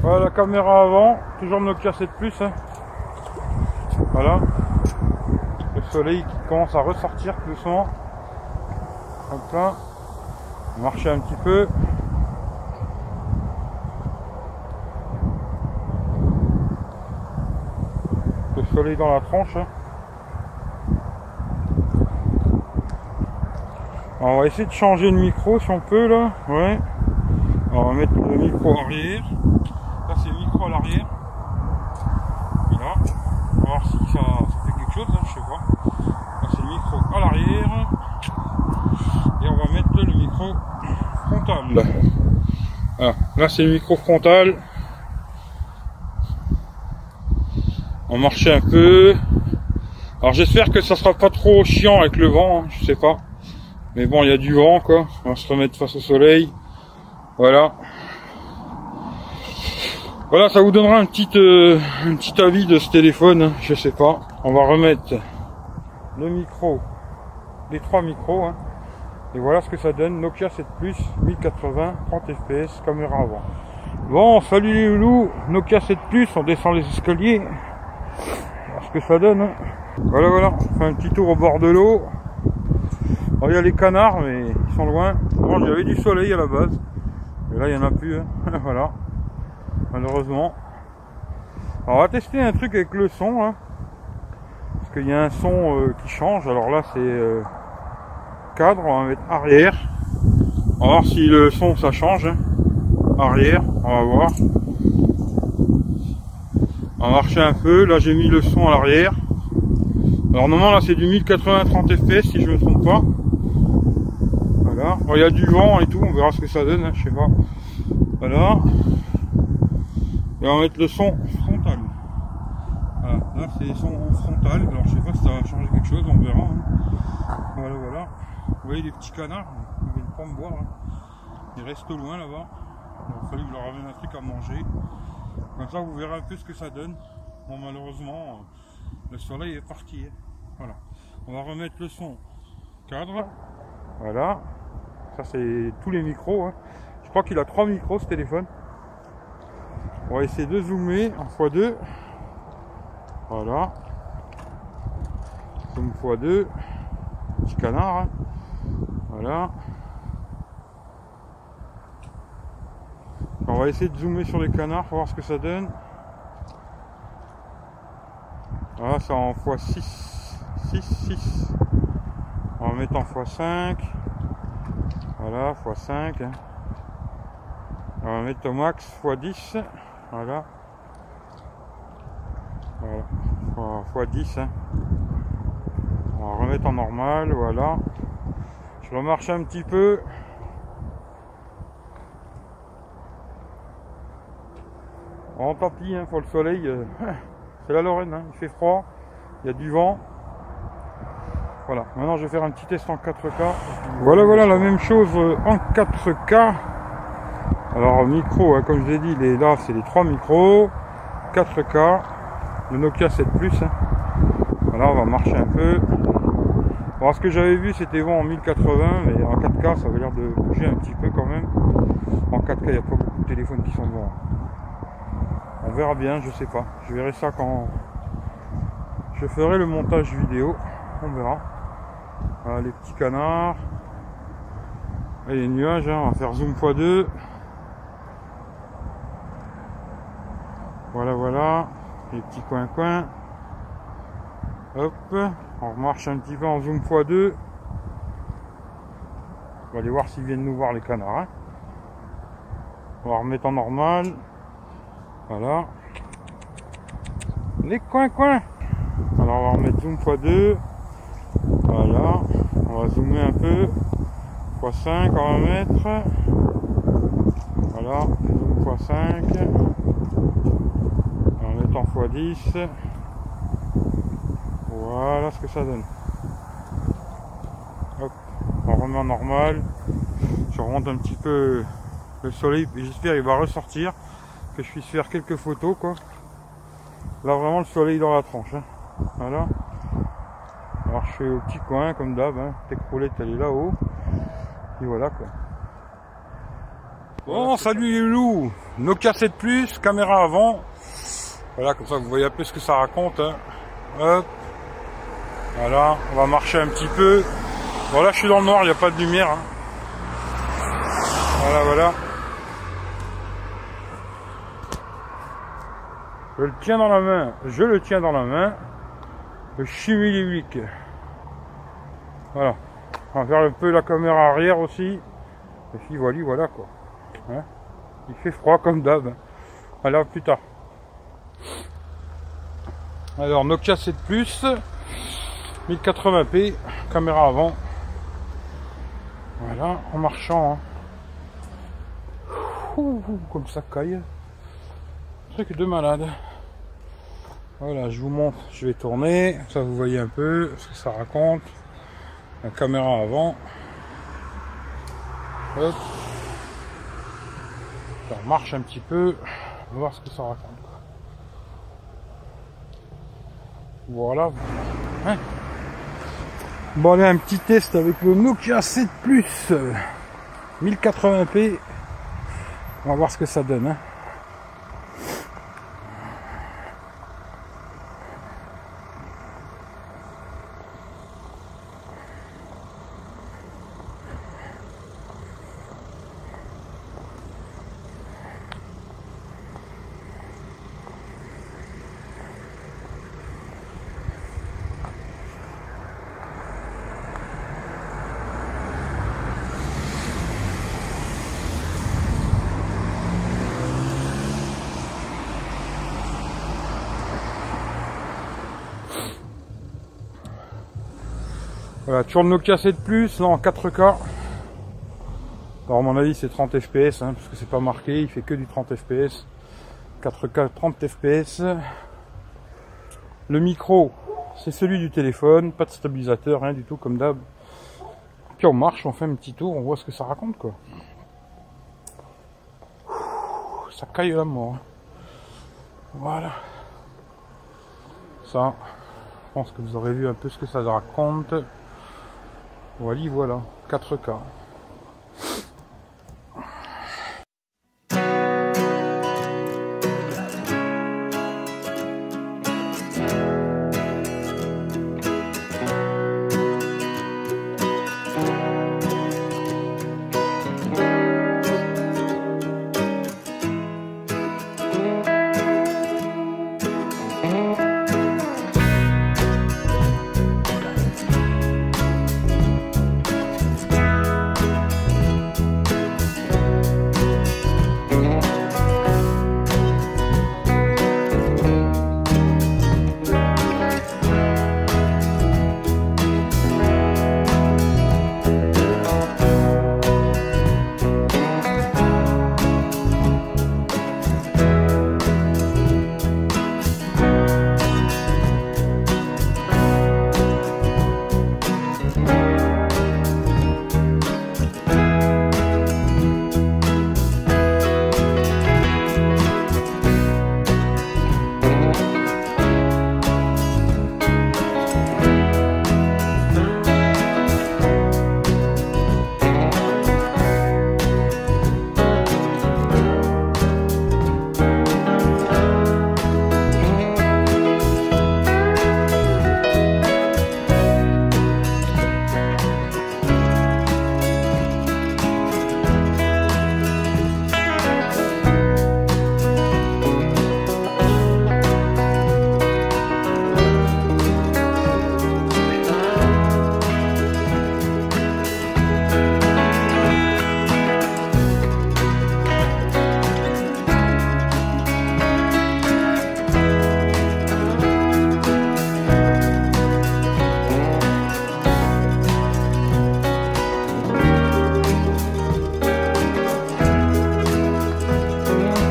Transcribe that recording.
Voilà la caméra avant, toujours Nokia 7 Plus. Hein. Voilà. Le soleil qui commence à ressortir doucement. Hop là. Marcher un petit peu. Le soleil dans la tronche. Hein. Alors, on va essayer de changer le micro si on peut là. Ouais. Alors, on va mettre le micro arrière. Là c'est le micro à l'arrière. Voilà. On va voir si ça fait quelque chose, hein, je sais pas. Là c'est le micro à l'arrière. Et on va mettre le micro frontal. Voilà. Là c'est le micro frontal. On marche un peu. Alors j'espère que ça sera pas trop chiant avec le vent, hein, je sais pas. Mais bon, il y a du vent quoi. On va se remettre face au soleil. Voilà. Voilà, ça vous donnera un petit avis de ce téléphone, hein, je sais pas. On va remettre le micro, les 3 micros, hein, et voilà ce que ça donne. Nokia 7 Plus, 1080, 30 fps, caméra avant. Bon, salut les loulous, Nokia 7 Plus, on descend les escaliers. Voir ce que ça donne. Hein. Voilà, voilà, on fait un petit tour au bord de l'eau. Il y a les canards, mais ils sont loin. Bon, il y avait du soleil à la base, et là il n'y en a plus. Hein. Voilà. Malheureusement. Alors, on va tester un truc avec le son, hein, parce qu'il y a un son qui change. Alors là c'est cadre, on va mettre arrière. On va voir si le son ça change. Hein. Arrière, on va voir. On va marcher un peu. Là j'ai mis le son à l'arrière. Alors normalement là c'est du 1080 30 fps si je me trompe pas. Voilà. Il y a du vent et tout, on verra ce que ça donne, hein, je sais pas. Voilà. Et on va mettre le son frontal. Voilà, là c'est son frontal. Alors je sais pas si ça va changer quelque chose, on verra. Hein. Voilà, voilà. Vous voyez les petits canards, ils viennent pas me voir. Hein. Ils restent loin là-bas. Il a fallu que je leur ramène un truc à manger. Comme ça vous verrez un peu ce que ça donne. Bon, malheureusement, le soleil est parti. Hein. Voilà. On va remettre le son cadre. Voilà. Ça c'est tous les micros. Hein. Je crois qu'il a 3 micros ce téléphone. On va essayer de zoomer en x2. Voilà. Zoom x2. Petit canard. Hein. Voilà. On va essayer de zoomer sur les canards pour voir ce que ça donne. Voilà, c'est en x6. 6, 6. On va mettre en x5. Voilà, x5. Hein. On va mettre au max x10. Voilà. Voilà. x10. Hein. On va remettre en normal. Voilà. Je remarche un petit peu. Bon, tant pis, hein, pour le soleil. C'est la Lorraine. Hein. Il fait froid. Il y a du vent. Voilà. Maintenant, je vais faire un petit test en 4K. Voilà, voilà, la même chose en 4K. Alors micro, hein, comme je l'ai dit, là c'est les 3 micros, 4K, le Nokia 7 Plus. Hein. Voilà, on va marcher un peu. Bon, ce que j'avais vu c'était bon en 1080, mais en 4K ça avait l'air de bouger un petit peu quand même. En 4K il n'y a pas beaucoup de téléphones qui sont bons. On verra bien, je sais pas. Je verrai ça quand je ferai le montage vidéo. On verra. Voilà les petits canards. Et les nuages, hein, on va faire zoom x2. Voilà, voilà, les petits coins. Hop, on remarche un petit peu en zoom x2. On va aller voir s'ils viennent nous voir les canards. Hein. On va remettre en normal. Voilà. Les coins. Alors on va remettre zoom x2. Voilà. On va zoomer un peu. x5 on va mettre. Voilà. Zoom x5. En x10. Voilà ce que ça donne. Hop, on remet en normal. Je remonte un petit peu le soleil. J'espère qu'il va ressortir. Que je puisse faire quelques photos quoi. Là vraiment le soleil dans la tronche. Hein. Voilà. Alors je fais au petit coin comme d'hab. Hein. Techroulette elle est là-haut. Et voilà quoi. Bon, salut les loups. Nokia 7 Plus, caméra avant. Voilà, comme ça vous voyez un peu ce que ça raconte. Hein. Hop. Voilà, on va marcher un petit peu. Voilà, je suis dans le noir, il n'y a pas de lumière. Hein. Voilà, voilà. Je le tiens dans la main. Je le tiens dans la main. Le chimiliblique. Voilà. On va faire un peu la caméra arrière aussi. Et puis voilà, voilà quoi. Hein, il fait froid comme d'hab. Alors plus tard. Alors Nokia 7 Plus 1080p, caméra avant. Voilà, en marchant. Hein. Ouh, comme ça caille. Truc de malade. Voilà, je vous montre, je vais tourner, ça vous voyez un peu ce que ça raconte. La caméra avant. Hop. Ça marche un petit peu, on va voir ce que ça raconte. Voilà. Hein, bon allez, un petit test avec le Nokia 7 Plus 1080p. On va voir ce que ça donne. Hein. Voilà, toujours le Nokia 7 Plus, là en 4K. Alors à mon avis c'est 30 fps, hein, parce que c'est pas marqué, il fait que du 30 fps. 4K 30 fps. Le micro, c'est celui du téléphone, pas de stabilisateur, rien du tout comme d'hab. Puis on marche, on fait un petit tour, on voit ce que ça raconte quoi. Ça caille la mort. Voilà. Ça, je pense que vous aurez vu un peu ce que ça raconte. Voilà, 4K.